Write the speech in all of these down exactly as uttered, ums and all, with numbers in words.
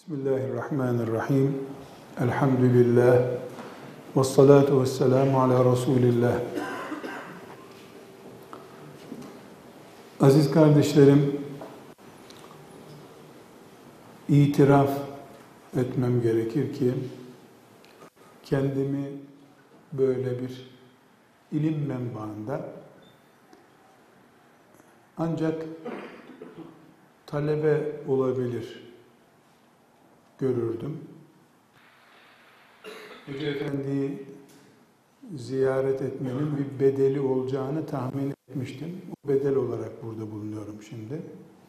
Bismillahirrahmanirrahim. Elhamdülillah. Ve salatu ve selamu ala Resulillah. Aziz kardeşlerim, itiraf etmem gerekir ki kendimi böyle bir ilim menbaında ancak talebe olabilir görürdüm. Hoca Efendi'yi ziyaret etmenin bir bedeli olacağını tahmin etmiştim. O bedel olarak burada bulunuyorum şimdi.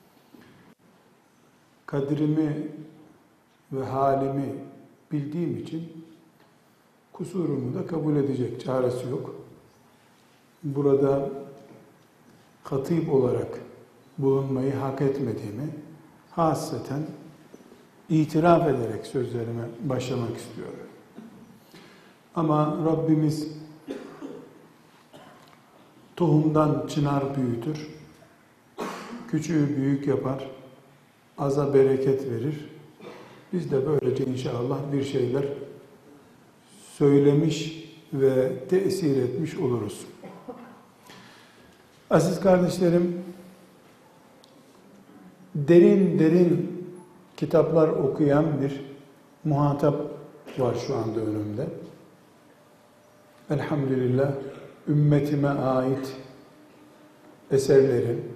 Kadrimi ve halimi bildiğim için kusurumu da kabul edecek çaresi yok. Burada hatip olarak bulunmayı hak etmediğimi hasreten itiraf ederek sözlerime başlamak istiyorum. Ama Rabbimiz tohumdan çınar büyütür, küçüğü büyük yapar, aza bereket verir. Biz de böylece inşallah bir şeyler söylemiş ve tesir etmiş oluruz. Aziz kardeşlerim, derin derin kitaplar okuyan bir muhatap var şu anda önümde. Elhamdülillah ümmetime ait eserlerin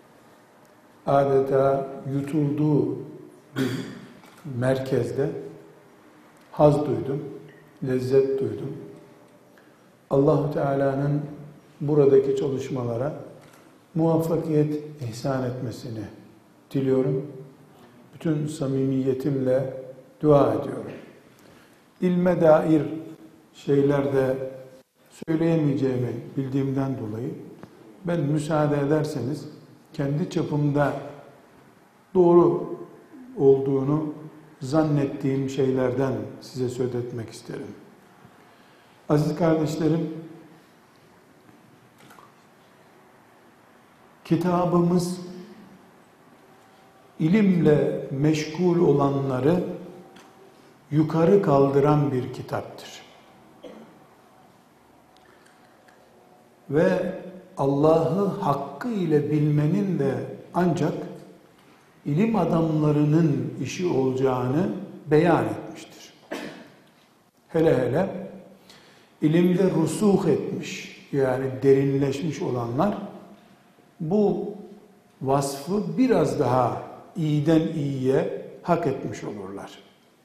adeta yutulduğu bir merkezde haz duydum, lezzet duydum. Allah-u Teala'nın buradaki çalışmalara muvaffakiyet ihsan etmesini diliyorum. Bütün samimiyetimle dua ediyorum. İlme dair şeylerde söyleyemeyeceğimi bildiğimden dolayı ben müsaade ederseniz kendi çapımda doğru olduğunu zannettiğim şeylerden size söz etmek isterim. Aziz kardeşlerim, kitabımız ilimle meşgul olanları yukarı kaldıran bir kitaptır. Ve Allah'ı hakkı ile bilmenin de ancak ilim adamlarının işi olacağını beyan etmiştir. Hele hele ilimde rusuh etmiş, yani derinleşmiş olanlar bu vasfı biraz daha iyiden iyiye hak etmiş olurlar.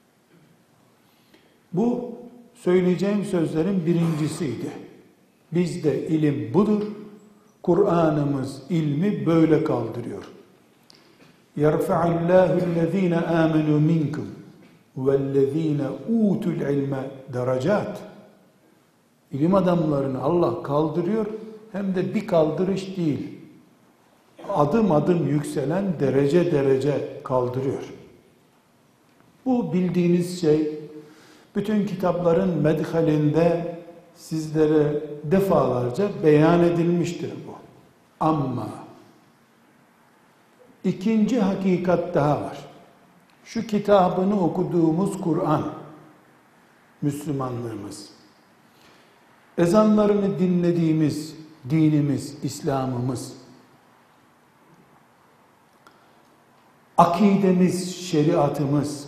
Bu söyleyeceğim sözlerin birincisiydi. Bizde ilim budur. Kur'an'ımız ilmi böyle kaldırıyor. يَرْفَعَ اللّٰهُ الَّذ۪ينَ آمَنُوا مِنْكُمْ وَالَّذ۪ينَ اُوتُوا الْعِلْمَ دَرَجَاتٍ. İlim adamlarını Allah kaldırıyor, hem de bir kaldırış değil, adım adım yükselen derece derece kaldırıyor. Bu bildiğiniz şey bütün kitapların medhalinde sizlere defalarca beyan edilmiştir bu. Ama ikinci hakikat daha var. Şu kitabını okuduğumuz Kur'an, Müslümanlığımız, ezanlarını dinlediğimiz dinimiz, İslam'ımız, akidemiz, şeriatımız,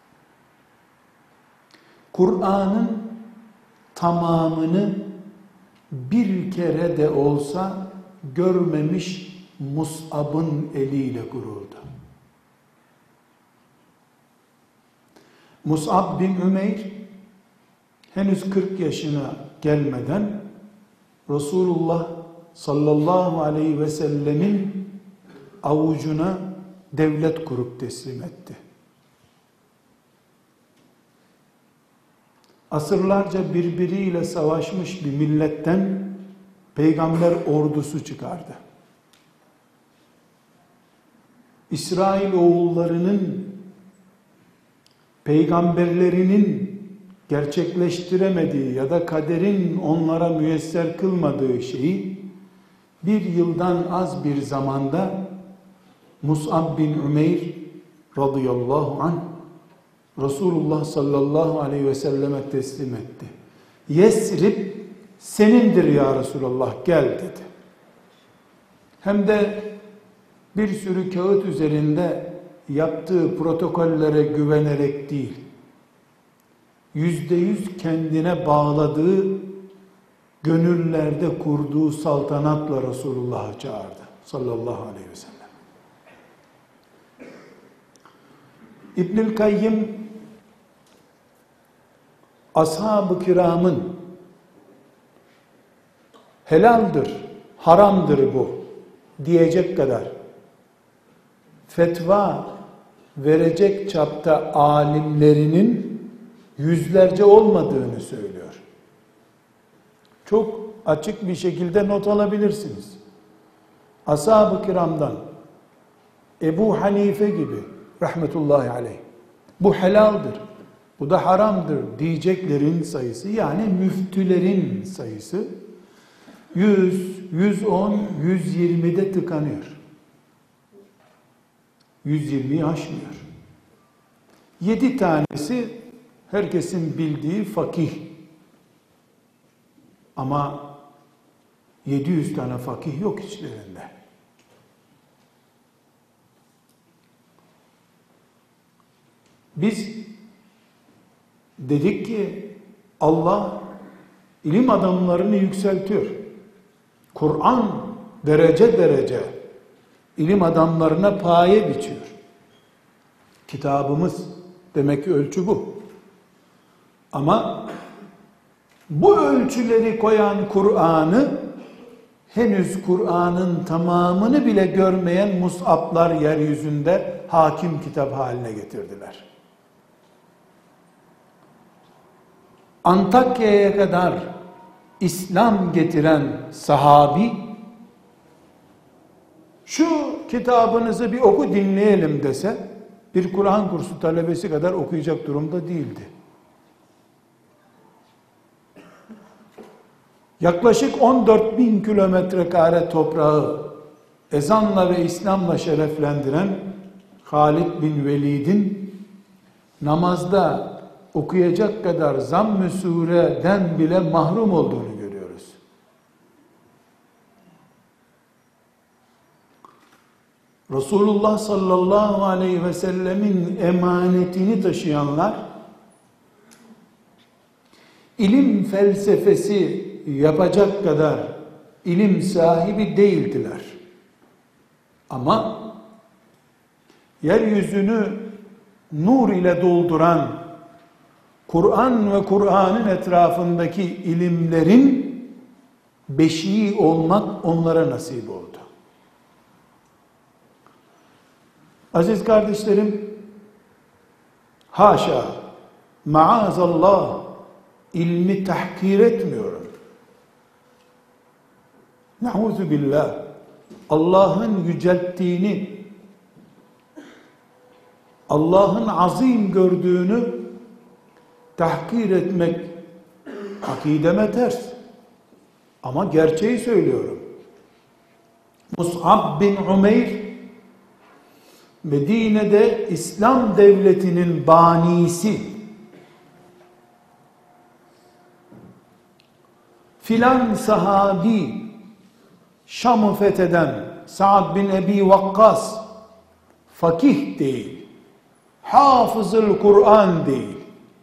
Kur'an'ın tamamını bir kere de olsa görmemiş Mus'ab'ın eliyle kuruldu. Mus'ab bin Ümeyr henüz kırk yaşına gelmeden Resulullah sallallahu aleyhi ve sellemin avucuna devlet kurup teslim etti. Asırlarca birbiriyle savaşmış bir milletten peygamber ordusu çıkardı. İsrail oğullarının peygamberlerinin gerçekleştiremediği ya da kaderin onlara müyesser kılmadığı şeyi bir yıldan az bir zamanda Mus'ab bin Ümeyr radıyallahu anh Resulullah sallallahu aleyhi ve selleme teslim etti. Yesrib senindir ya Resulallah, gel dedi. Hem de bir sürü kağıt üzerinde yaptığı protokollere güvenerek değil, yüzde yüz kendine bağladığı, gönüllerde kurduğu saltanatla Resulullah'ı çağırdı sallallahu aleyhi ve sellem. İbnül Kayyim, ashab-ı kiramın helaldir, haramdır bu diyecek kadar fetva verecek çapta alimlerinin yüzlerce olmadığını söylüyor. Çok açık bir şekilde not alabilirsiniz. Ashab-ı kiramdan Ebu Hanife gibi rahmetullahi aleyh, bu helaldir, bu da haramdır diyeceklerin sayısı, yani müftülerin sayısı yüz, yüz on, yüz yirmide tıkanıyor. yüz yirmiyi aşmıyor. Yedi tanesi herkesin bildiği fakih. Ama yedi yüz tane fakih yok içlerinde. Biz dedik ki Allah ilim adamlarını yükseltiyor. Kur'an derece derece ilim adamlarına paye biçiyor. Kitabımız demek ki ölçü bu. Ama bu ölçüleri koyan Kur'an'ı, henüz Kur'an'ın tamamını bile görmeyen mus'aplar yeryüzünde hakim kitap haline getirdiler. Antakya'ya kadar İslam getiren sahabi, şu kitabınızı bir oku dinleyelim dese, bir Kur'an kursu talebesi kadar okuyacak durumda değildi. Yaklaşık on dört bin kilometre kare toprağı ezanla ve İslam'la şereflendiren Halid bin Velid'in namazda okuyacak kadar zamm-ı sureden bile mahrum olduğunu görüyoruz. Resulullah sallallahu aleyhi ve sellemin emanetini taşıyanlar, ilim felsefesi yapacak kadar ilim sahibi değildiler. Ama yeryüzünü nur ile dolduran Kur'an ve Kur'an'ın etrafındaki ilimlerin beşiği olmak onlara nasip oldu. Aziz kardeşlerim, haşa, maazallah, ilmi tahkir etmiyorum. Nauzu billah, Allah'ın yücelttiğini, Allah'ın azim gördüğünü tahkir etmek akideme ters. Ama gerçeği söylüyorum. Mus'ab bin Umeyr, Medine'de İslam devletinin banisi, filan sahabi, Şam'ı fetheden Sa'd bin Ebi Vakkas, fakih değil, hafızıl Kur'an değil,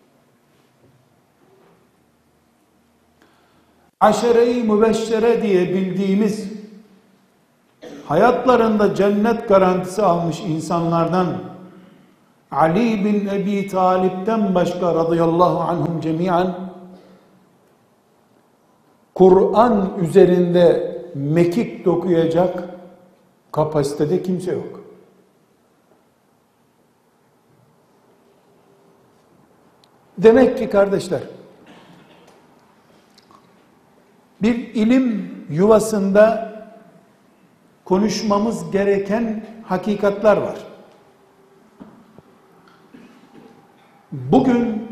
aşere-i mübeşşere diye bildiğimiz, hayatlarında cennet garantisi almış insanlardan Ali bin Ebi Talib'den başka radıyallahu anhum cemiyen Kur'an üzerinde mekik dokuyacak kapasitede kimse yok. Demek ki kardeşler, bir ilim yuvasında konuşmamız gereken hakikatler var. Bugün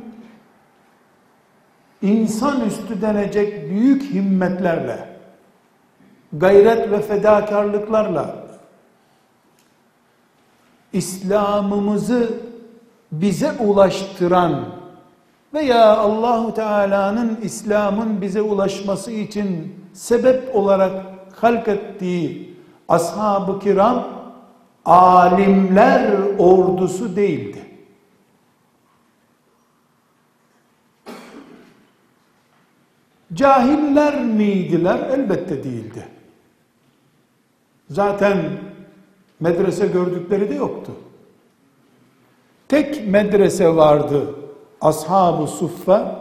insanüstü denecek büyük himmetlerle, gayret ve fedakarlıklarla İslam'ımızı bize ulaştıran veya Allahu Teala'nın İslam'ın bize ulaşması için sebep olarak halk ettiği ashab-ı kiram alimler ordusu değildi. Cahiller miydiler? Elbette değildi. Zaten medrese gördükleri de yoktu. Tek medrese vardı, Ashab-ı Suffa.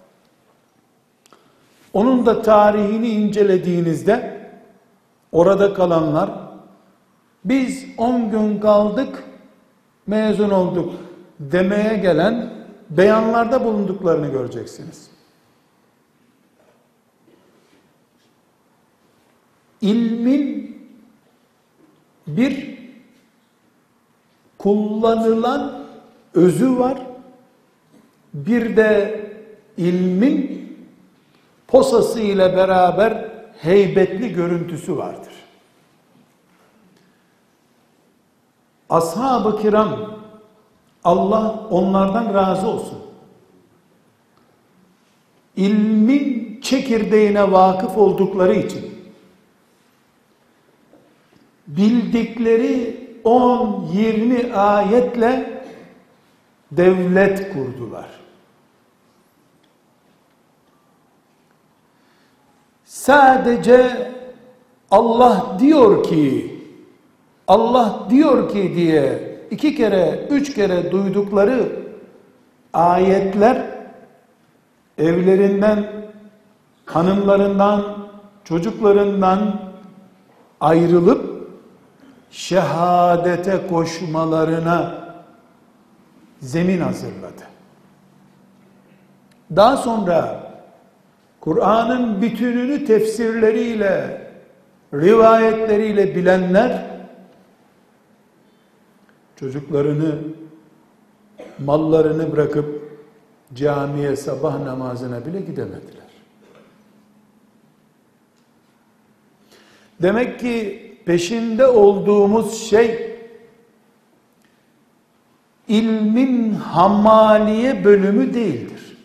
Onun da tarihini incelediğinizde orada kalanlar, biz on gün kaldık, mezun olduk demeye gelen beyanlarda bulunduklarını göreceksiniz. İlmin bir kullanılan özü var, bir de ilmin posası ile beraber heybetli görüntüsü vardır. Ashab-ı kiram, Allah onlardan razı olsun, ilmin çekirdeğine vakıf oldukları için bildikleri on yirmi ayetle devlet kurdular. Sadece Allah diyor ki, Allah diyor ki diye iki kere, üç kere duydukları ayetler evlerinden, hanımlarından, çocuklarından ayrılıp şehadete koşmalarına zemin hazırladı. Daha sonra Kur'an'ın bütününü tefsirleriyle, rivayetleriyle bilenler çocuklarını, mallarını bırakıp camiye sabah namazına bile gidemediler. Demek ki peşinde olduğumuz şey ilmin hammaliye bölümü değildir.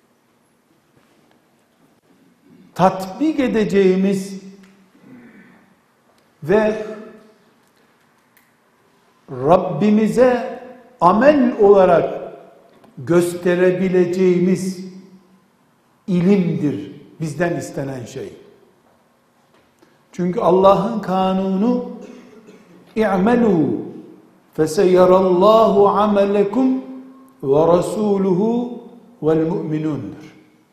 Tatbik edeceğimiz ve Rabbimize amel olarak gösterebileceğimiz ilimdir bizden istenen şey. Çünkü Allah'ın kanunu i'melû feseyarallahu amelekum ve rasuluhu vel mu'minundur.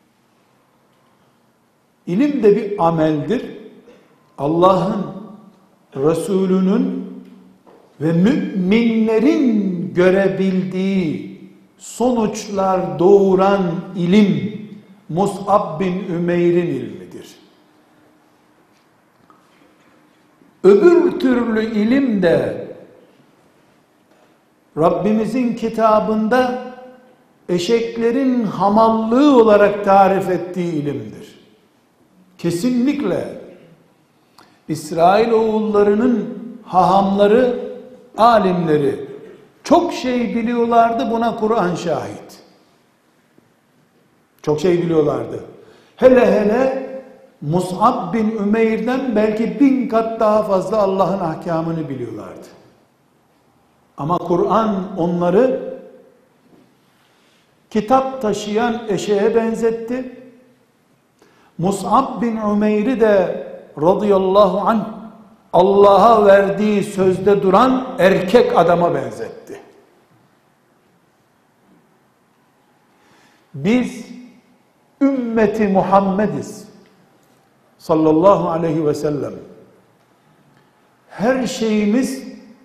İlim de bir ameldir. Allah'ın, Resulünün ve müminlerin görebildiği sonuçlar doğuran ilim Mus'ab bin Ümeyr'in ilmidir. Öbür türlü ilim de Rabbimizin kitabında eşeklerin hamallığı olarak tarif ettiği ilimdir. Kesinlikle İsrail oğullarının hahamları, alimleri çok şey biliyorlardı, buna Kur'an şahit. Çok şey biliyorlardı. Hele hele Mus'ab bin Ümeyr'den belki bin kat daha fazla Allah'ın ahkamını biliyorlardı. Ama Kur'an onları kitap taşıyan eşeğe benzetti. Mus'ab bin Ümeyr'i de radıyallahu anh Allah'a verdiği sözde duran erkek adama benzetti. Biz ümmeti Muhammediz sallallahu aleyhi ve sellem. Her şeyimiz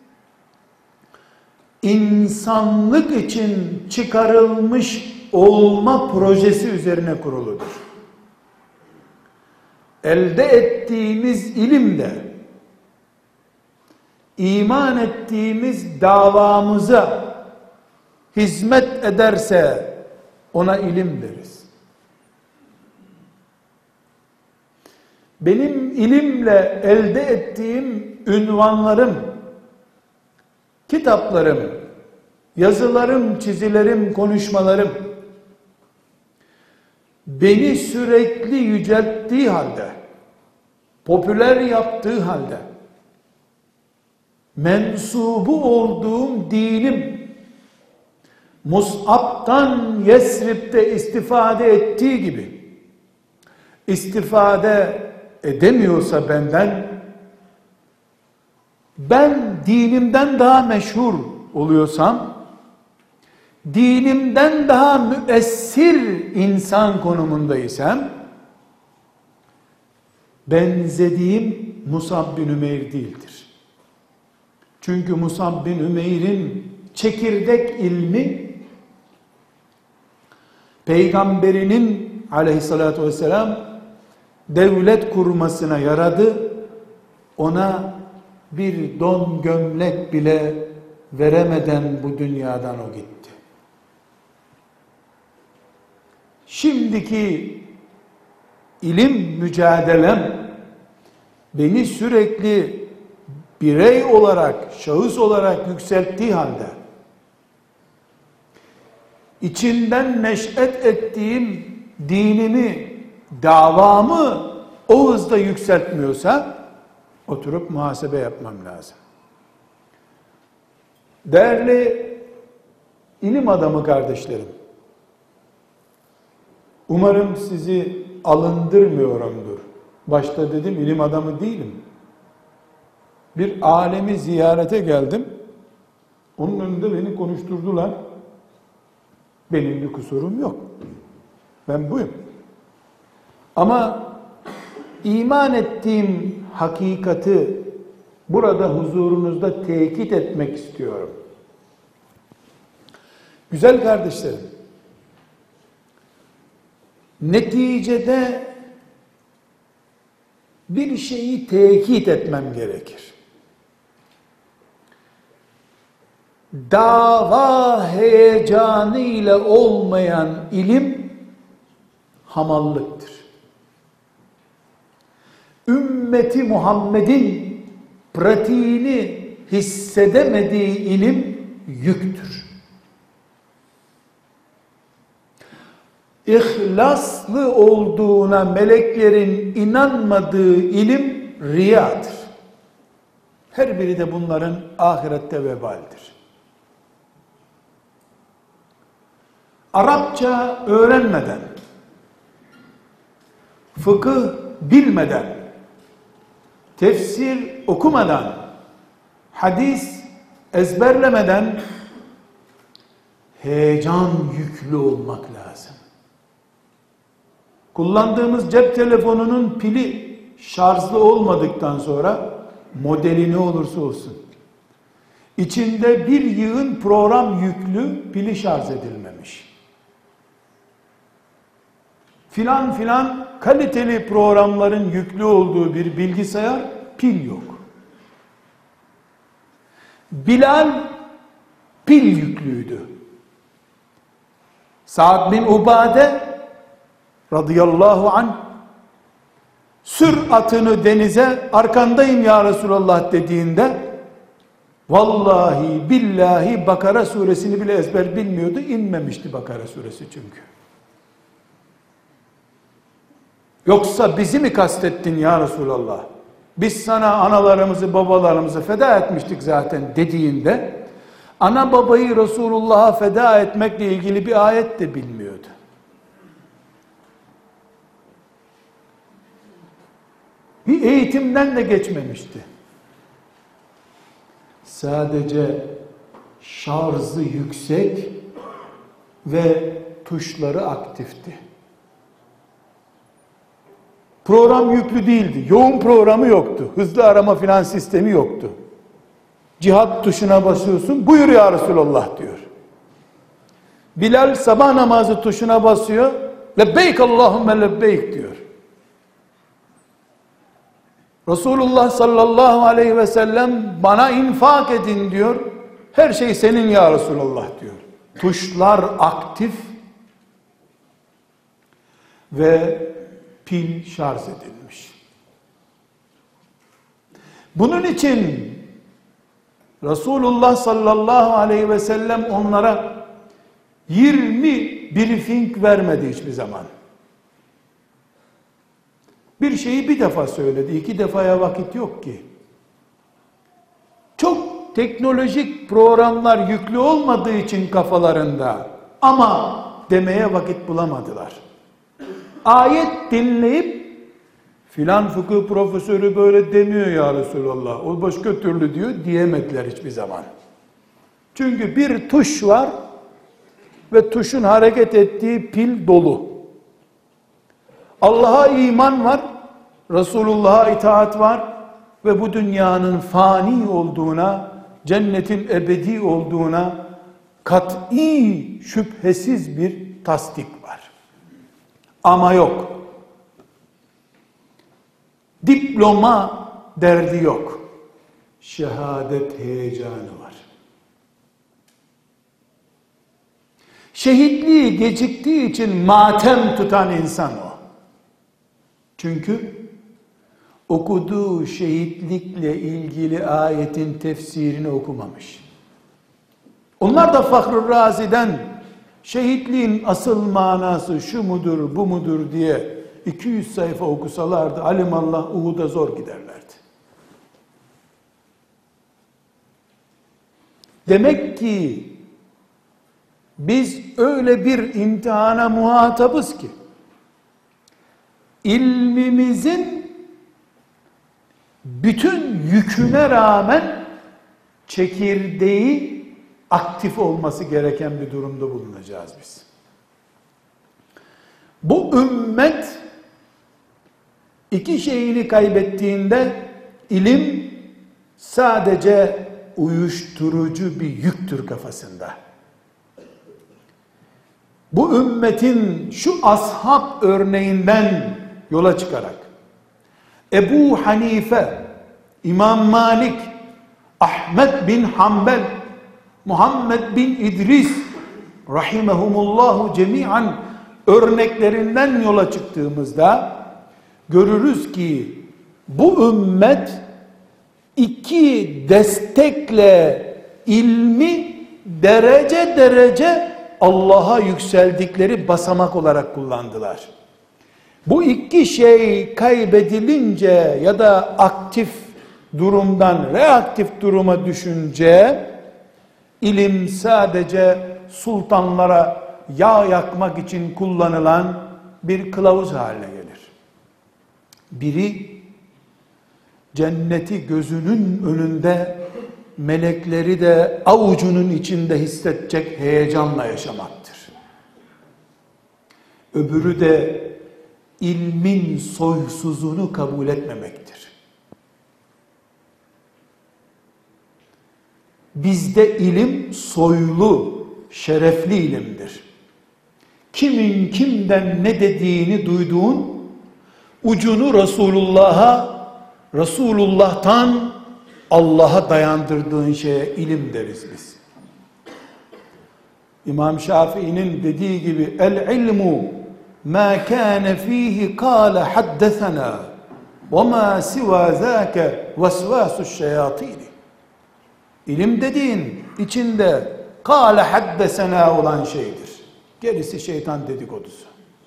insanlık için çıkarılmış olma projesi üzerine kuruludur. Elde ettiğimiz ilim de iman ettiğimiz davamıza hizmet ederse ona ilim deriz. Benim ilimle elde ettiğim ünvanlarım, kitaplarım, yazılarım, çizilerim, konuşmalarım beni sürekli yücelttiği halde, popüler yaptığı halde, mensubu olduğum dinim Mus'ab'tan Yesrib'de istifade ettiği gibi istifade edemiyorsa benden, ben dinimden daha meşhur oluyorsam, dinimden daha müessir insan konumundaysam, benzediğim Musab bin Ümeyr değildir. Çünkü Musab bin Ümeyr'in çekirdek ilmi, Peygamberinin aleyhissalatü vesselam devlet kurmasına yaradı. Ona bir don gömlek bile veremeden bu dünyadan o gitti. Şimdiki ilim mücadelem beni sürekli birey olarak, şahıs olarak yükselttiği halde, içinden neş'et ettiğim dinimi, davamı o hızda yükseltmiyorsa, oturup muhasebe yapmam lazım. Değerli ilim adamı kardeşlerim, umarım sizi alındırmıyorumdur. Başta dedim ilim adamı değilim. Bir alemi ziyarete geldim. Onun önünde beni konuşturdular. Benim bir kusurum yok. Ben buyum. Ama iman ettiğim hakikati burada huzurunuzda tekit etmek istiyorum. Güzel kardeşlerim, neticede bir şeyi tekit etmem gerekir. Dava heyecanıyla olmayan ilim hamallıktır. Ümmeti Muhammed'in pratiğini hissedemediği ilim yüktür. İhlaslı olduğuna meleklerin inanmadığı ilim riyadır. Her biri de bunların ahirette vebaldir. Arapça öğrenmeden, fıkıh bilmeden, tefsir okumadan, hadis ezberlemeden heyecan yüklü olmak lazım. Kullandığımız cep telefonunun pili şarjlı olmadıktan sonra modeli ne olursa olsun, içinde bir yığın program yüklü, pili şarj edilmemiş. Filan filan kaliteli programların yüklü olduğu bir bilgisayar, pil yok. Bilal pil yüklüydü. Sa'd bin Ubade radıyallahu anh sür atını denize, arkandayım ya Resulallah dediğinde vallahi billahi Bakara suresini bile ezber bilmiyordu. İnmemişti Bakara suresi çünkü. Yoksa bizi mi kastettin ya Resulallah? Biz sana analarımızı, babalarımızı feda etmiştik zaten dediğinde, ana babayı Resulullah'a feda etmekle ilgili bir ayet de bilmiyordu. Bir eğitimden de geçmemişti. Sadece şarjı yüksek ve tuşları aktifti. Program yüklü değildi. Yoğun programı yoktu. Hızlı arama filan sistemi yoktu. Cihat tuşuna basıyorsun. Buyur ya Resulallah diyor. Bilal sabah namazı tuşuna basıyor. Lebbeyk Allahümme lebbeyk diyor. Resulullah sallallahu aleyhi ve sellem bana infak edin diyor. Her şey senin ya Resulallah diyor. Tuşlar aktif ve pil şarj edilmiş. Bunun için Resulullah sallallahu aleyhi ve sellem onlara yirmi briefing vermedi hiçbir zaman. Bir şeyi bir defa söyledi, iki defaya vakit yok ki. Çok teknolojik programlar yüklü olmadığı için kafalarında, ama demeye vakit bulamadılar. Ayet dinleyip filan fıkıh profesörü böyle demiyor ya Resulallah, o başka türlü diyor diyemediler hiçbir zaman. Çünkü bir tuş var ve tuşun hareket ettiği pil dolu. Allah'a iman var, Resulullah'a itaat var ve bu dünyanın fani olduğuna, cennetin ebedi olduğuna kat'i şüphesiz bir tasdik var. Ama yok. Diploma derdi yok. Şehadet heyecanı var. Şehitliği geciktiği için matem tutan insan o. Çünkü okuduğu şehitlikle ilgili ayetin tefsirini okumamış. Onlar da Fahrur Razi'den şehitliğin asıl manası şu mudur, bu mudur diye iki yüz sayfa okusalardı, alimallah Uhud'a zor giderlerdi. Demek ki biz öyle bir imtihana muhatabız ki, ilmimizin bütün yüküne rağmen çekirdeği aktif olması gereken bir durumda bulunacağız biz. Bu ümmet iki şeyini kaybettiğinde ilim sadece uyuşturucu bir yüktür kafasında. Bu ümmetin şu ashab örneğinden yola çıkarak Ebu Hanife, İmam Malik, Ahmet bin Hanbel, Muhammed bin İdris rahimehumullahu cemi'an örneklerinden yola çıktığımızda görürüz ki bu ümmet iki destekle ilmi derece derece Allah'a yükseldikleri basamak olarak kullandılar. Bu iki şey kaybedilince ya da aktif durumdan reaktif duruma düşünce ilim sadece sultanlara yağ yakmak için kullanılan bir kılavuz haline gelir. Biri cenneti gözünün önünde, melekleri de avucunun içinde hissedecek heyecanla yaşamaktır. Öbürü de ilmin soysuzunu kabul etmemektir. Bizde ilim soylu, şerefli ilimdir. Kimin kimden ne dediğini duyduğun, ucunu Resulullah'a, Resulullah'tan Allah'a dayandırdığın şeye ilim deriz biz. İmam Şafii'nin dediği gibi el ilmu ma kana fihi qala haddesana ve ma siva zâke vesvâsu'ş şeyatîn. İlim dediğin içinde kâle haddesena olan şeydir. Gerisi şeytan dedikodusu.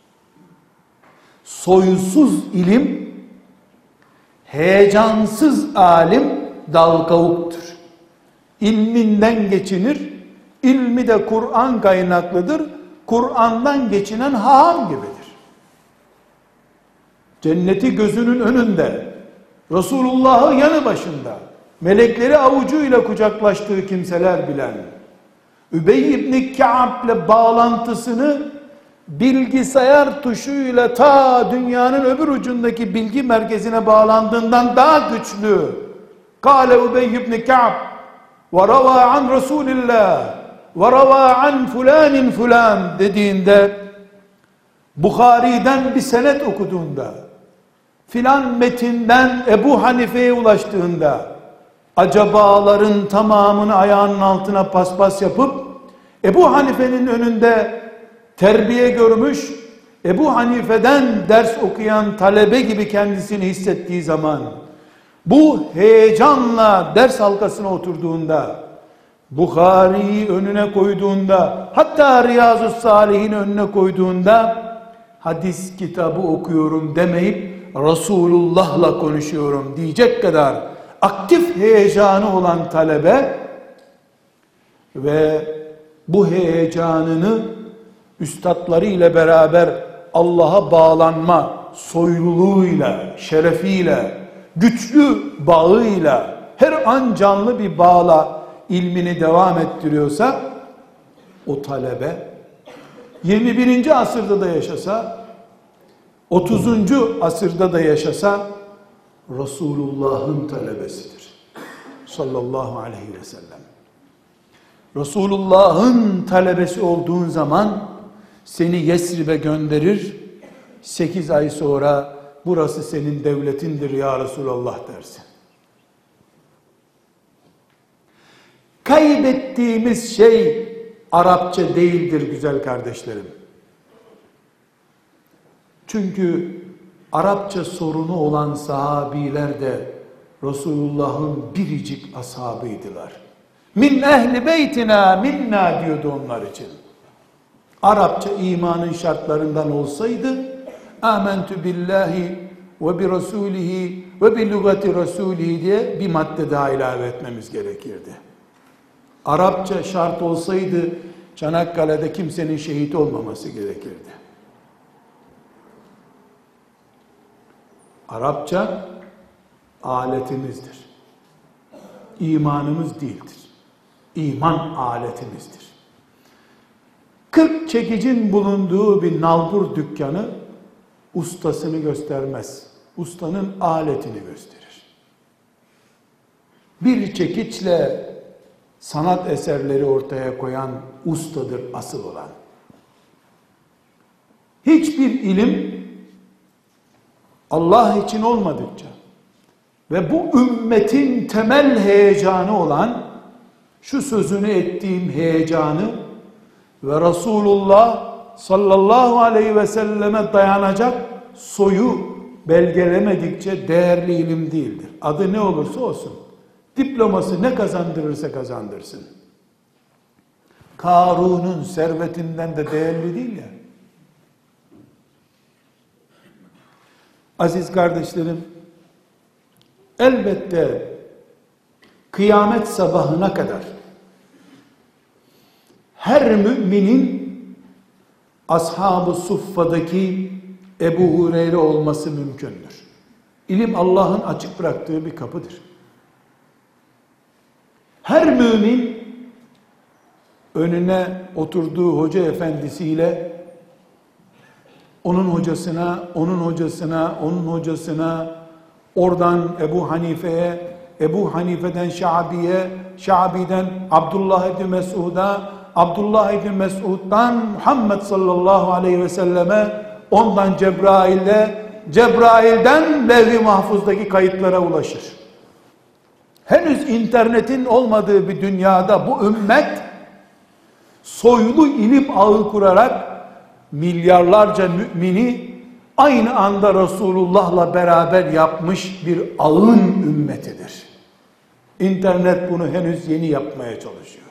Soysuz ilim, heyecansız alim dal kavuktur. İlminden geçinir, ilmi de Kur'an kaynaklıdır. Kur'an'dan geçinen haham gibidir. Cenneti gözünün önünde, Resulullah'ı yanı başında, melekleri avucuyla kucaklaştığı kimseler bilen, Übey ibn Ka'b'le bağlantısını bilgisayar tuşuyla ta dünyanın öbür ucundaki bilgi merkezine bağlandığından daha güçlü. Kâle Übey ibn Ka'b ve ravâ an Resulillah ve ravâ an fulanin fulan dediğinde, Bukhari'den bir senet okuduğunda, filan metinden Ebu Hanife'ye ulaştığında, acabaların tamamını ayağının altına paspas yapıp Ebu Hanife'nin önünde terbiye görmüş, Ebu Hanife'den ders okuyan talebe gibi kendisini hissettiği zaman bu heyecanla ders halkasına oturduğunda, Bukhari'yi önüne koyduğunda, hatta Riyazu Salihin önüne koyduğunda, hadis kitabı okuyorum demeyip Resulullah'la konuşuyorum diyecek kadar aktif heyecanı olan talebe ve bu heyecanını üstadları ile beraber Allah'a bağlanma soyluluğuyla, şerefiyle, güçlü bağıyla, her an canlı bir bağla ilmini devam ettiriyorsa, o talebe yirmi birinci asırda da yaşasa, otuzuncu asırda da yaşasa Resulullah'ın talebesidir. Sallallahu aleyhi ve sellem. Resulullah'ın talebesi olduğun zaman seni Yesrib'e gönderir, sekiz ay sonra burası senin devletindir ya Resulallah dersin. Kaybettiğimiz şey Arapça değildir güzel kardeşlerim. Çünkü Arapça sorunu olan sahabiler de Resulullah'ın biricik ashabıydılar. Min ehli beytina minna diyordu onlar için. Arapça imanın şartlarından olsaydı amentu billahi ve bi rasulihi ve bi lugati rasulihi diye bir madde daha ilave etmemiz gerekirdi. Arapça şart olsaydı Çanakkale'de kimsenin şehit olmaması gerekirdi. Arapça aletimizdir. İmanımız değildir. İman aletimizdir. kırk çekicin bulunduğu bir nalbur dükkanı ustasını göstermez. Ustanın aletini gösterir. Bir çekiçle sanat eserleri ortaya koyan ustadır asıl olan. Hiçbir ilim Allah için olmadıkça ve bu ümmetin temel heyecanı olan şu sözünü ettiğim heyecanı ve Resulullah sallallahu aleyhi ve selleme dayanacak soyu belgelemedikçe değerli ilim değildir. Adı ne olursa olsun. Diploması ne kazandırırsa kazandırsın. Karun'un servetinden de değerli değil ya. Aziz kardeşlerim, elbette kıyamet sabahına kadar her müminin ashab-ı suffadaki Ebu Hureyre olması mümkündür. İlim Allah'ın açık bıraktığı bir kapıdır. Her mümin önüne oturduğu hoca efendisiyle onun hocasına, onun hocasına, onun hocasına, oradan Ebu Hanife'ye, Ebu Hanife'den Şabi'ye, Şabi'den Abdullah ibn Mesud'a, Abdullah ibn Mesud'dan Muhammed sallallahu aleyhi ve selleme, ondan Cebrail'e, Cebrail'den Levh-i Mahfuz'daki kayıtlara ulaşır. Henüz internetin olmadığı bir dünyada bu ümmet soylu ilim ağı kurarak milyarlarca mümini aynı anda Resulullah'la beraber yapmış bir ağın ümmetidir. İnternet bunu henüz yeni yapmaya çalışıyor.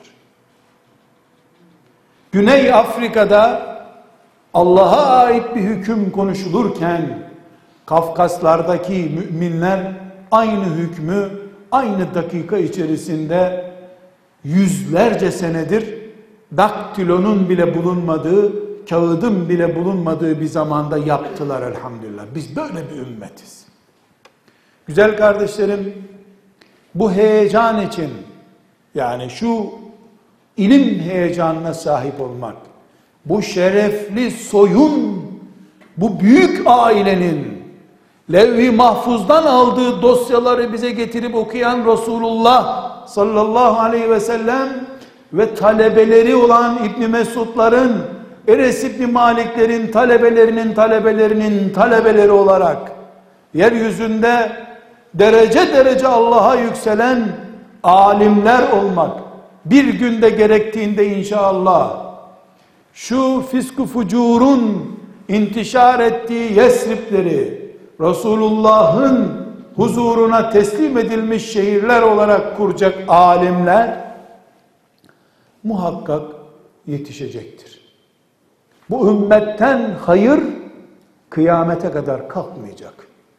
Güney Afrika'da Allah'a ait bir hüküm konuşulurken Kafkaslardaki müminler aynı hükmü aynı dakika içerisinde yüzlerce senedir daktilonun bile bulunmadığı, kağıdın bile bulunmadığı bir zamanda yaptılar elhamdülillah. Biz böyle bir ümmetiz. Güzel kardeşlerim, bu heyecan için, yani şu ilim heyecanına sahip olmak, bu şerefli soyun, bu büyük ailenin Levh-i Mahfuz'dan aldığı dosyaları bize getirip okuyan Resulullah sallallahu aleyhi ve sellem ve talebeleri olan İbn Mesud'ların, Enes İbn Malik'lerin talebelerinin talebelerinin talebeleri olarak yeryüzünde derece derece Allah'a yükselen alimler olmak, bir günde gerektiğinde inşallah şu fisk-ı fucurun intişar ettiği Yesrib'leri Resulullah'ın huzuruna teslim edilmiş şehirler olarak kuracak alimler muhakkak yetişecektir. Bu ümmetten hayır kıyamete kadar kalkmayacak.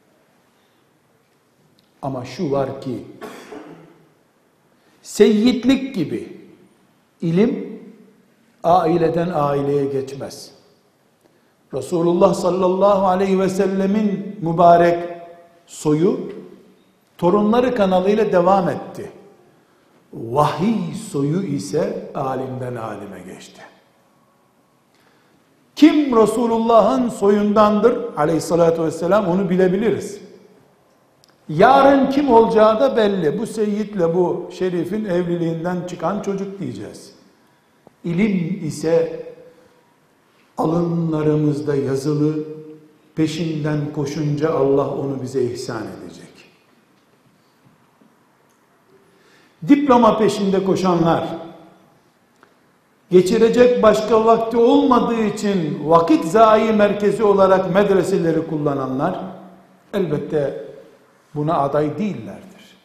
Ama şu var ki seyyidlik gibi ilim aileden aileye geçmez. Resulullah sallallahu aleyhi ve sellemin mübarek soyu torunları kanalıyla devam etti. Vahiy soyu ise alimden alime geçti. Kim Resulullah'ın soyundandır aleyhissalatü vesselam onu bilebiliriz. Yarın kim olacağı da belli. Bu seyyitle bu şerifin evliliğinden çıkan çocuk diyeceğiz. İlim ise alınlarımızda yazılı, peşinden koşunca Allah onu bize ihsan edecek. Diploma peşinde koşanlar, geçirecek başka vakti olmadığı için vakit zayi merkezi olarak medreseleri kullananlar elbette buna aday değillerdir.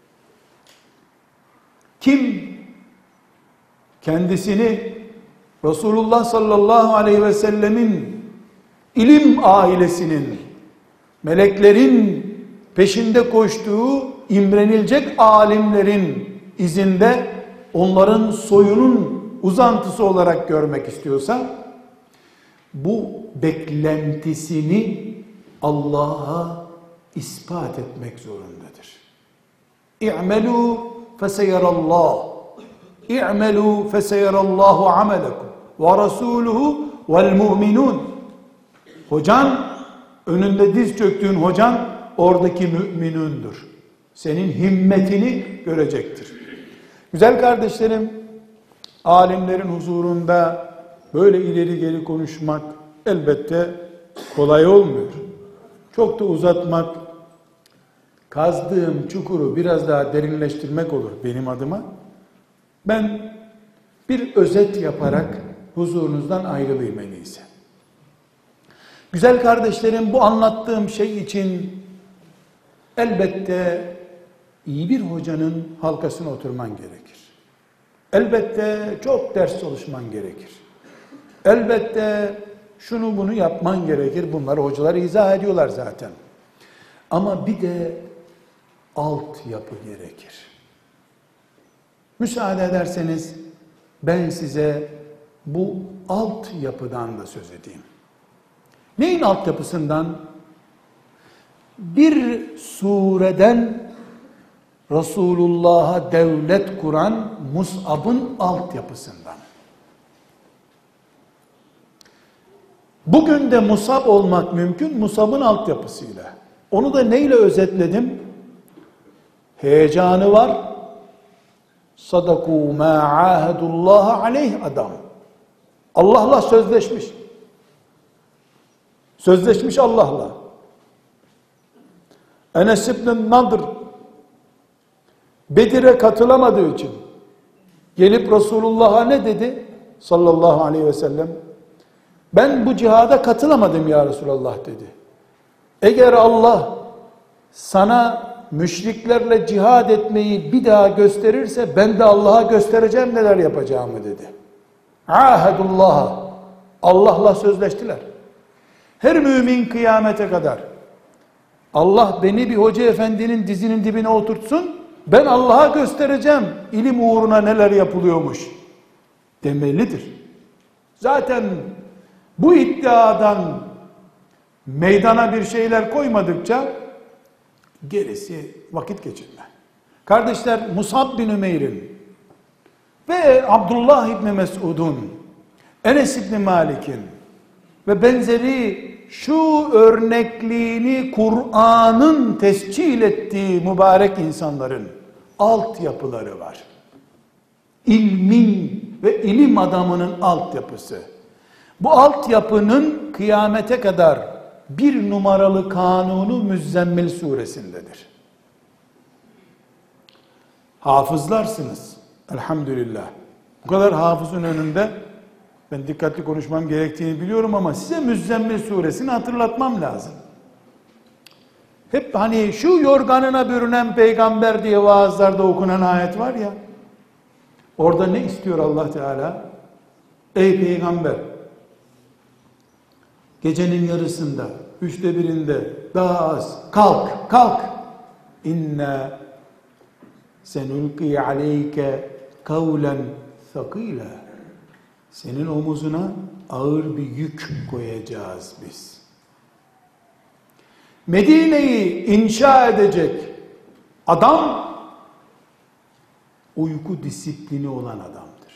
Kim kendisini Resulullah sallallahu aleyhi ve sellemin ilim ailesinin, meleklerin peşinde koştuğu imrenilecek alimlerin izinde onların soyunun uzantısı olarak görmek istiyorsa bu beklentisini Allah'a ispat etmek zorundadır. İ'melû feseyerallah. İ'melû feseyerallahu amelekum ve rasuluhu vel mu'minun. Hocan, önünde diz çöktüğün hocan oradaki müminündür. Senin himmetini görecektir. Güzel kardeşlerim, alimlerin huzurunda böyle ileri geri konuşmak elbette kolay olmuyor. Çok da uzatmak, kazdığım çukuru biraz daha derinleştirmek olur benim adıma. Ben bir özet yaparak huzurunuzdan ayrılayım en iyisi. Güzel kardeşlerim, bu anlattığım şey için elbette iyi bir hocanın halkasına oturman gerekir. Elbette çok ders çalışman gerekir. Elbette şunu bunu yapman gerekir. Bunları hocalar izah ediyorlar zaten. Ama bir de altyapı gerekir. Müsaade ederseniz ben size bu altyapıdan da söz edeyim. Neyin altyapısından? Bir sureden Resulullah'a devlet kuran Mus'ab'ın altyapısından. Bugün de Mus'ab olmak mümkün, Mus'ab'ın altyapısıyla. Onu da neyle özetledim? Heyecanı var. Sadakû mâ âhedullâhe aleyh adam. Allah'la sözleşmiş. Sözleşmiş Allah'la. Enes İbn Nadr Bedir'e katılamadığı için gelip Resulullah'a ne dedi? Sallallahu aleyhi ve sellem. Ben bu cihada katılamadım ya Resulallah dedi. Eğer Allah sana müşriklerle cihad etmeyi bir daha gösterirse ben de Allah'a göstereceğim neler yapacağımı dedi. Ahedullah. Allah'la sözleştiler. Her mümin kıyamete kadar Allah beni bir hoca efendinin dizinin dibine oturtsun, ben Allah'a göstereceğim ilim uğruna neler yapılıyormuş demelidir. Zaten bu iddiadan meydana bir şeyler koymadıkça gerisi vakit geçirme. Kardeşler, Mus'ab bin Ümeyr'in ve Abdullah İbni Mes'ud'un, Enes İbni Malik'in ve benzeri şu örnekliğini Kur'an'ın tescil ettiği mübarek insanların altyapıları var. İlmin ve ilim adamının altyapısı. Bu altyapının kıyamete kadar bir numaralı kanunu Müzzemmil suresindedir. Hafızlarsınız elhamdülillah. Bu kadar hafızın önünde ben dikkatli konuşmam gerektiğini biliyorum ama size Müzzemmil suresini hatırlatmam lazım. Hep hani şu yorganına bürünen peygamber diye vaazlarda okunan ayet var ya. Orada ne istiyor Allah Teala? Ey peygamber, gecenin yarısında, üçte birinde, daha az, kalk, kalk. İnna senulqi aleyke kavlen thakila. Senin omuzuna ağır bir yük koyacağız biz. Medine'yi inşa edecek adam, uyku disiplini olan adamdır.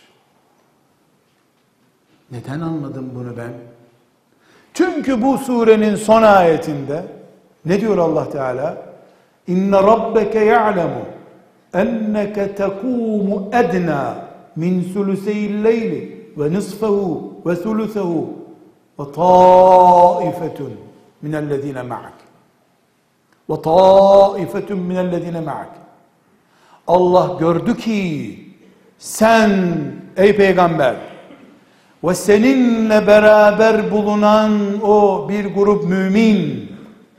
Neden anladım bunu ben? Çünkü bu surenin son ayetinde ne diyor Allah Teala? İnne rabbeke ya'lemu enneke tekumu edna min suluseyil leyli ve nisfehu ve sulusehu ve taifetun minellezine ma'ak ve taifetun minellezine ma'ak. Allah gördü ki sen ey peygamber ve seninle beraber bulunan o bir grup mümin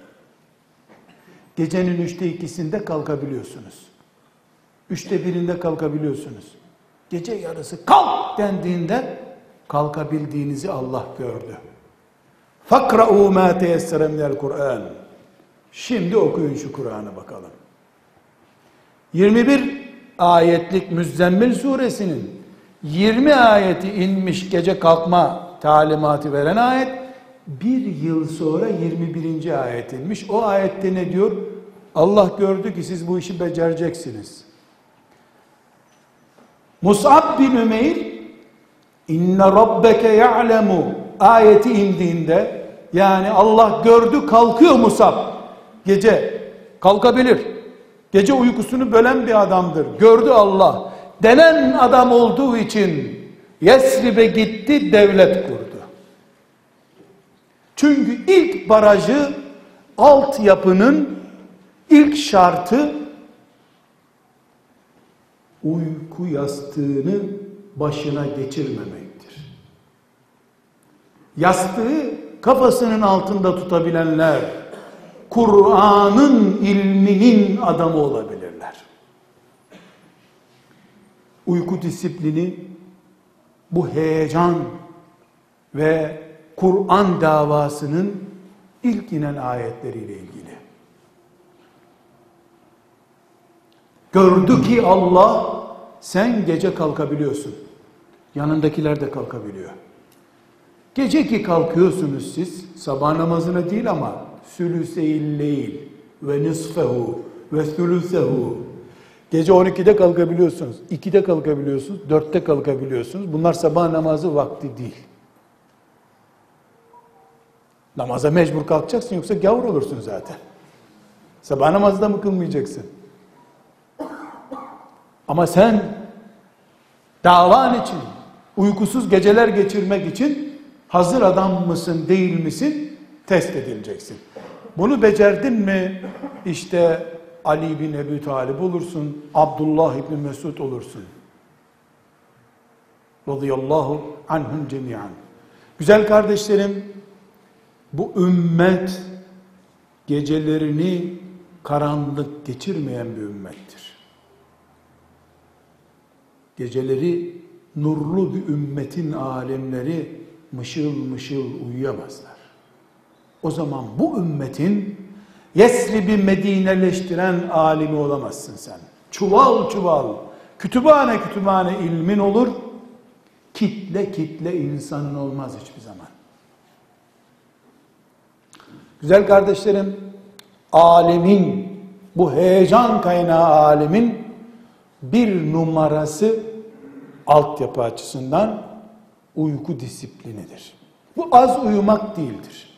gecenin üçte ikisinde kalkabiliyorsunuz. Üçte birinde kalkabiliyorsunuz. Gece yarısı kalk dendiğinde kalkabildiğinizi Allah gördü. Fakra'u ma teyessere minel Kur'an. Şimdi okuyun şu Kur'an'ı bakalım. yirmi bir ayetlik Müzzemmil suresinin yirmi ayeti inmiş gece kalkma talimatı veren ayet, bir yıl sonra yirmi birinci ayet inmiş. O ayette ne diyor? Allah gördü ki siz bu işi becereceksiniz. Mus'ab bin Ümeyr inne rabbeke ya'lemu ayeti indiğinde, yani Allah gördü kalkıyor Mus'ab, gece kalkabilir, gece uykusunu bölen bir adamdır, gördü Allah denen adam olduğu için Yesrib'e gitti, devlet kurdu. Çünkü ilk barajı, altyapının ilk şartı uyku yastığını başına geçirmemektir. Yastığı kafasının altında tutabilenler Kur'an'ın ilminin adamı olabilirler. Uyku disiplini bu heyecan ve Kur'an davasının ilk inen ayetleriyle ilgili. Gördü ki Allah sen gece kalkabiliyorsun. Yanındakiler de kalkabiliyor. Gece ki kalkıyorsunuz siz, sabah namazına değil ama sülüseyil leyl ve nisfehu ve sülüsehu. Gece on ikide kalkabiliyorsunuz, ikide kalkabiliyorsunuz, dörtte kalkabiliyorsunuz. Bunlar sabah namazı vakti değil. Namaza mecbur kalkacaksın, yoksa gavur olursun zaten. Sabah namazda mı kılmayacaksın? Ama sen davan için, uykusuz geceler geçirmek için hazır adam mısın değil misin test edileceksin. Bunu becerdin mi işte Ali bin Ebu Talib olursun, Abdullah İbni Mesud olursun. Radıyallahu anhum cemiyan. Güzel kardeşlerim, bu ümmet gecelerini karanlık geçirmeyen bir ümmettir. Geceleri nurlu bir ümmetin alemleri mışıl mışıl uyuyamazlar. O zaman bu ümmetin Yesrib'i Medineleştiren alimi olamazsın sen. Çuval çuval, kütüphane kütüphane ilmin olur, kitle kitle insanın olmaz hiçbir zaman. Güzel kardeşlerim, alemin, bu heyecan kaynağı alemin bir numarası altyapı açısından uyku disiplinidir. Bu az uyumak değildir.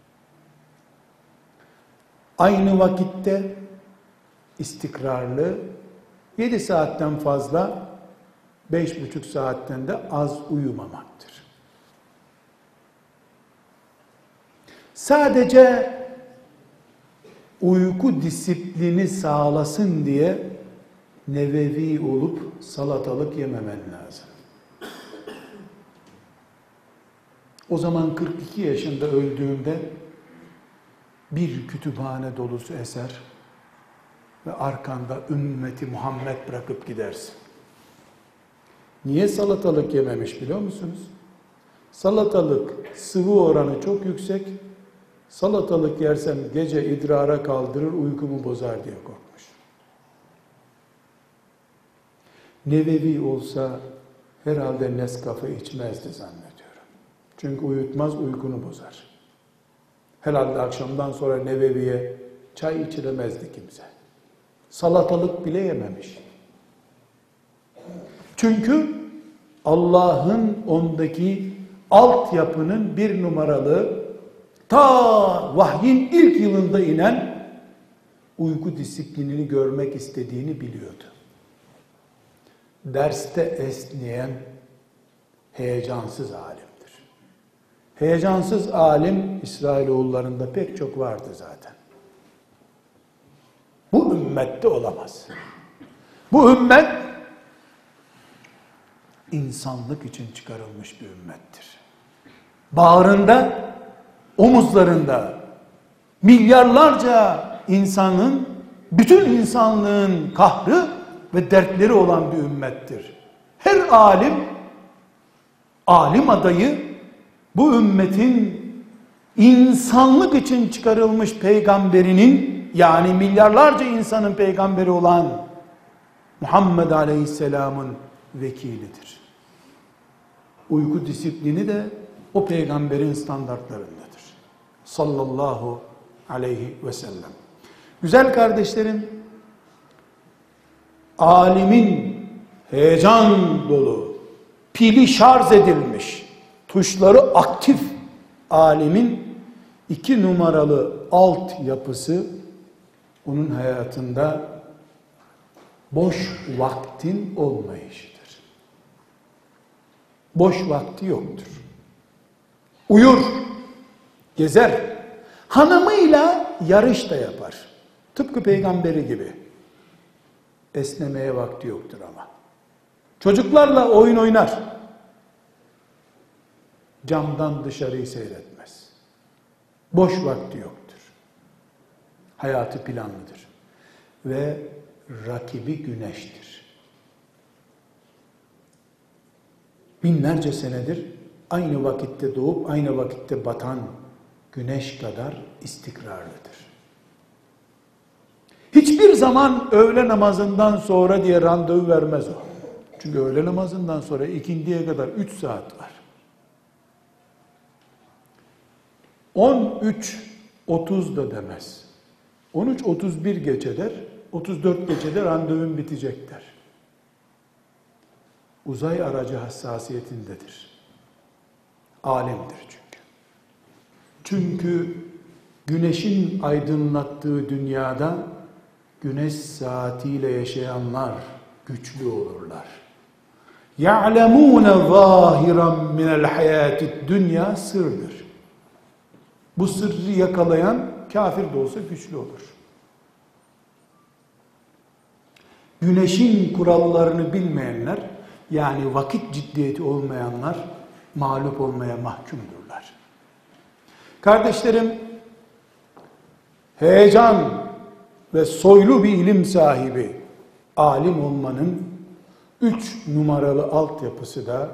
Aynı vakitte istikrarlı, yedi saatten fazla, beş buçuk saatten de az uyumamaktır. Sadece uyku disiplini sağlasın diye Nevevi olup salatalık yememen lazım. O zaman kırk iki yaşında öldüğünde bir kütüphane dolusu eser ve arkanda ümmeti Muhammed bırakıp gidersin. Niye salatalık yememiş biliyor musunuz? Salatalık sıvı oranı çok yüksek. Salatalık yersem gece idrara kaldırır, uykumu bozar diye korkmuş. Nevevi olsa herhalde Nescafe içmezdi zannediyorum. Çünkü uyutmaz, uykunu bozar. Herhalde akşamdan sonra Nevevi'ye çay içiremezdi kimse. Salatalık bile yememiş. Çünkü Allah'ın ondaki altyapının bir numaralı, ta vahyin ilk yılında inen uyku disiplinini görmek istediğini biliyordu. Derste esneyen heyecansız alimdir. Heyecansız alim İsrailoğullarında pek çok vardı zaten. Bu ümmette olamaz. Bu ümmet insanlık için çıkarılmış bir ümmettir. Bağrında, omuzlarında milyarlarca insanın, bütün insanlığın kahrı ve dertleri olan bir ümmettir. Her alim, alim adayı bu ümmetin insanlık için çıkarılmış peygamberinin, yani milyarlarca insanın peygamberi olan Muhammed Aleyhisselam'ın vekilidir. Uyku disiplini de o peygamberin standartlarındadır. Sallallahu aleyhi ve sellem. Güzel kardeşlerim, alimin heyecan dolu, pili şarj edilmiş, tuşları aktif alimin iki numaralı alt yapısı onun hayatında boş vaktin olmayışıdır. Boş vakti yoktur. Uyur, gezer, hanımıyla yarış da yapar. Tıpkı peygamberi gibi. Esnemeye vakti yoktur ama. Çocuklarla oyun oynar. Camdan dışarıyı seyretmez. Boş vakti yoktur. Hayatı planlıdır. Ve rakibi güneştir. Binlerce senedir aynı vakitte doğup aynı vakitte batan güneş kadar istikrarlıdır. Hiçbir zaman öğle namazından sonra diye randevu vermez o. Çünkü öğle namazından sonra ikindiye kadar üç saat var. on üç otuz da demez. on üç otuz bir geçe der, otuz dört geçede randevum bitecek der. Uzay aracı hassasiyetindedir. Alimdir çünkü. Çünkü güneşin aydınlattığı dünyada güneş saatiyle yaşayanlar güçlü olurlar. يَعْلَمُونَ ظَاهِرًا مِنَ الْحَيَاةِ الدُّنْيَا sırdır. Bu sırrı yakalayan kafir de olsa güçlü olur. Güneşin kurallarını bilmeyenler, yani vakit ciddiyeti olmayanlar mağlup olmaya mahkumdurlar. Kardeşlerim, heyecan ve soylu bir ilim sahibi alim olmanın üç numaralı altyapısı da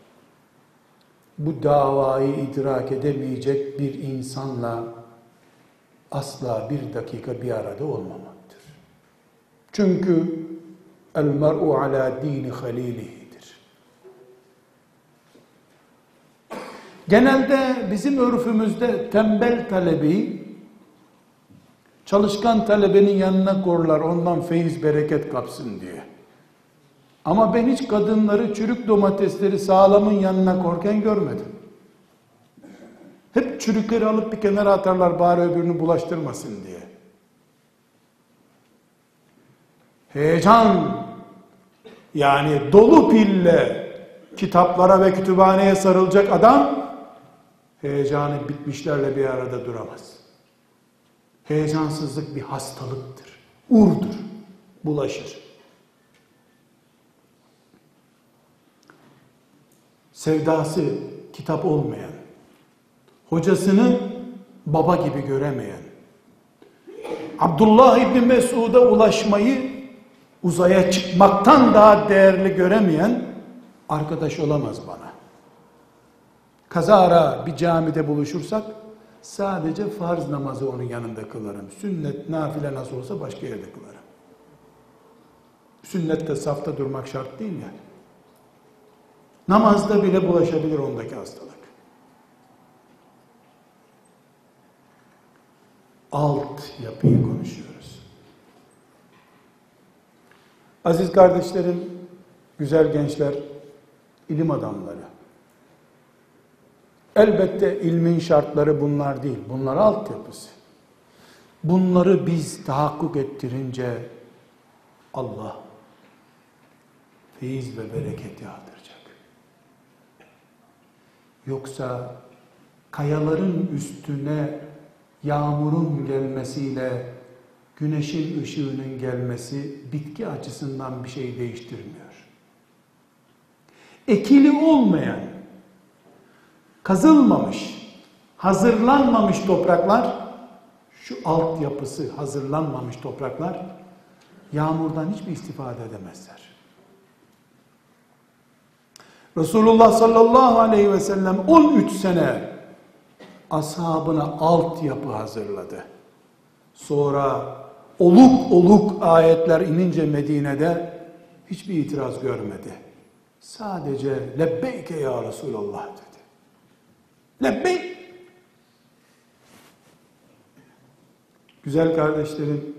bu davayı idrak edemeyecek bir insanla asla bir dakika bir arada olmamaktır. Çünkü el mer'u ala dini halilihidir. Genelde bizim örfümüzde tembel talebeyi çalışkan talebenin yanına korlar, ondan feyiz bereket kapsın diye. Ama ben hiç kadınları çürük domatesleri sağlamın yanına korken görmedim. Hep çürükleri alıp bir kenara atarlar bari öbürünü bulaştırmasın diye. Heyecan, yani dolu pille kitaplara ve kütüphaneye sarılacak adam heyecanı bitmişlerle bir arada duramaz. Heyecansızlık bir hastalıktır, urdur, bulaşır. Sevdası kitap olmayan, hocasını baba gibi göremeyen, Abdullah İbni Mesud'a ulaşmayı uzaya çıkmaktan daha değerli göremeyen arkadaş olamaz bana. Kazara bir camide buluşursak sadece farz namazı onun yanında kılarım. Sünnet, nafile nasıl olsa başka yerde kılarım. Sünnette safta durmak şart değil yani. Namazda bile bulaşabilir ondaki hastalık. Alt yapıyı konuşuyoruz. Aziz kardeşlerim, güzel gençler, ilim adamları. Elbette ilmin şartları bunlar değil. Bunlar altyapısı. Bunları biz tahakkuk ettirince Allah feyiz ve bereket yağdıracak. Yoksa kayaların üstüne yağmurun gelmesiyle güneşin ışığının gelmesi bitki açısından bir şey değiştirmiyor. Ekili olmayan, kazılmamış, hazırlanmamış topraklar, şu altyapısı hazırlanmamış topraklar yağmurdan hiçbir istifade edemezler. Resulullah sallallahu aleyhi ve sellem on üç sene ashabına altyapı hazırladı. Sonra oluk oluk ayetler inince Medine'de hiçbir itiraz görmedi. Sadece lebbeyke ya Resulallah dedi. Lebbeyk. Güzel kardeşlerim,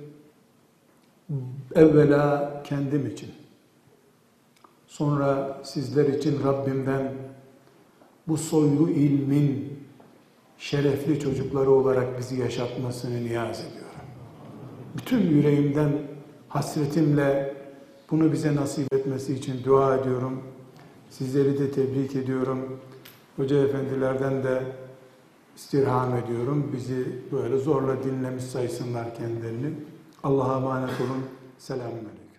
evvela kendim için, sonra sizler için Rabbimden bu soylu ilmin şerefli çocukları olarak bizi yaşatmasını niyaz ediyorum. Bütün yüreğimden, hasretimle bunu bize nasip etmesi için dua ediyorum. Sizleri de tebrik ediyorum. Hoca efendilerden de istirham ediyorum. Bizi böyle zorla dinlemiş saysınlar kendilerini. Allah'a emanet olun. Selamun aleyküm.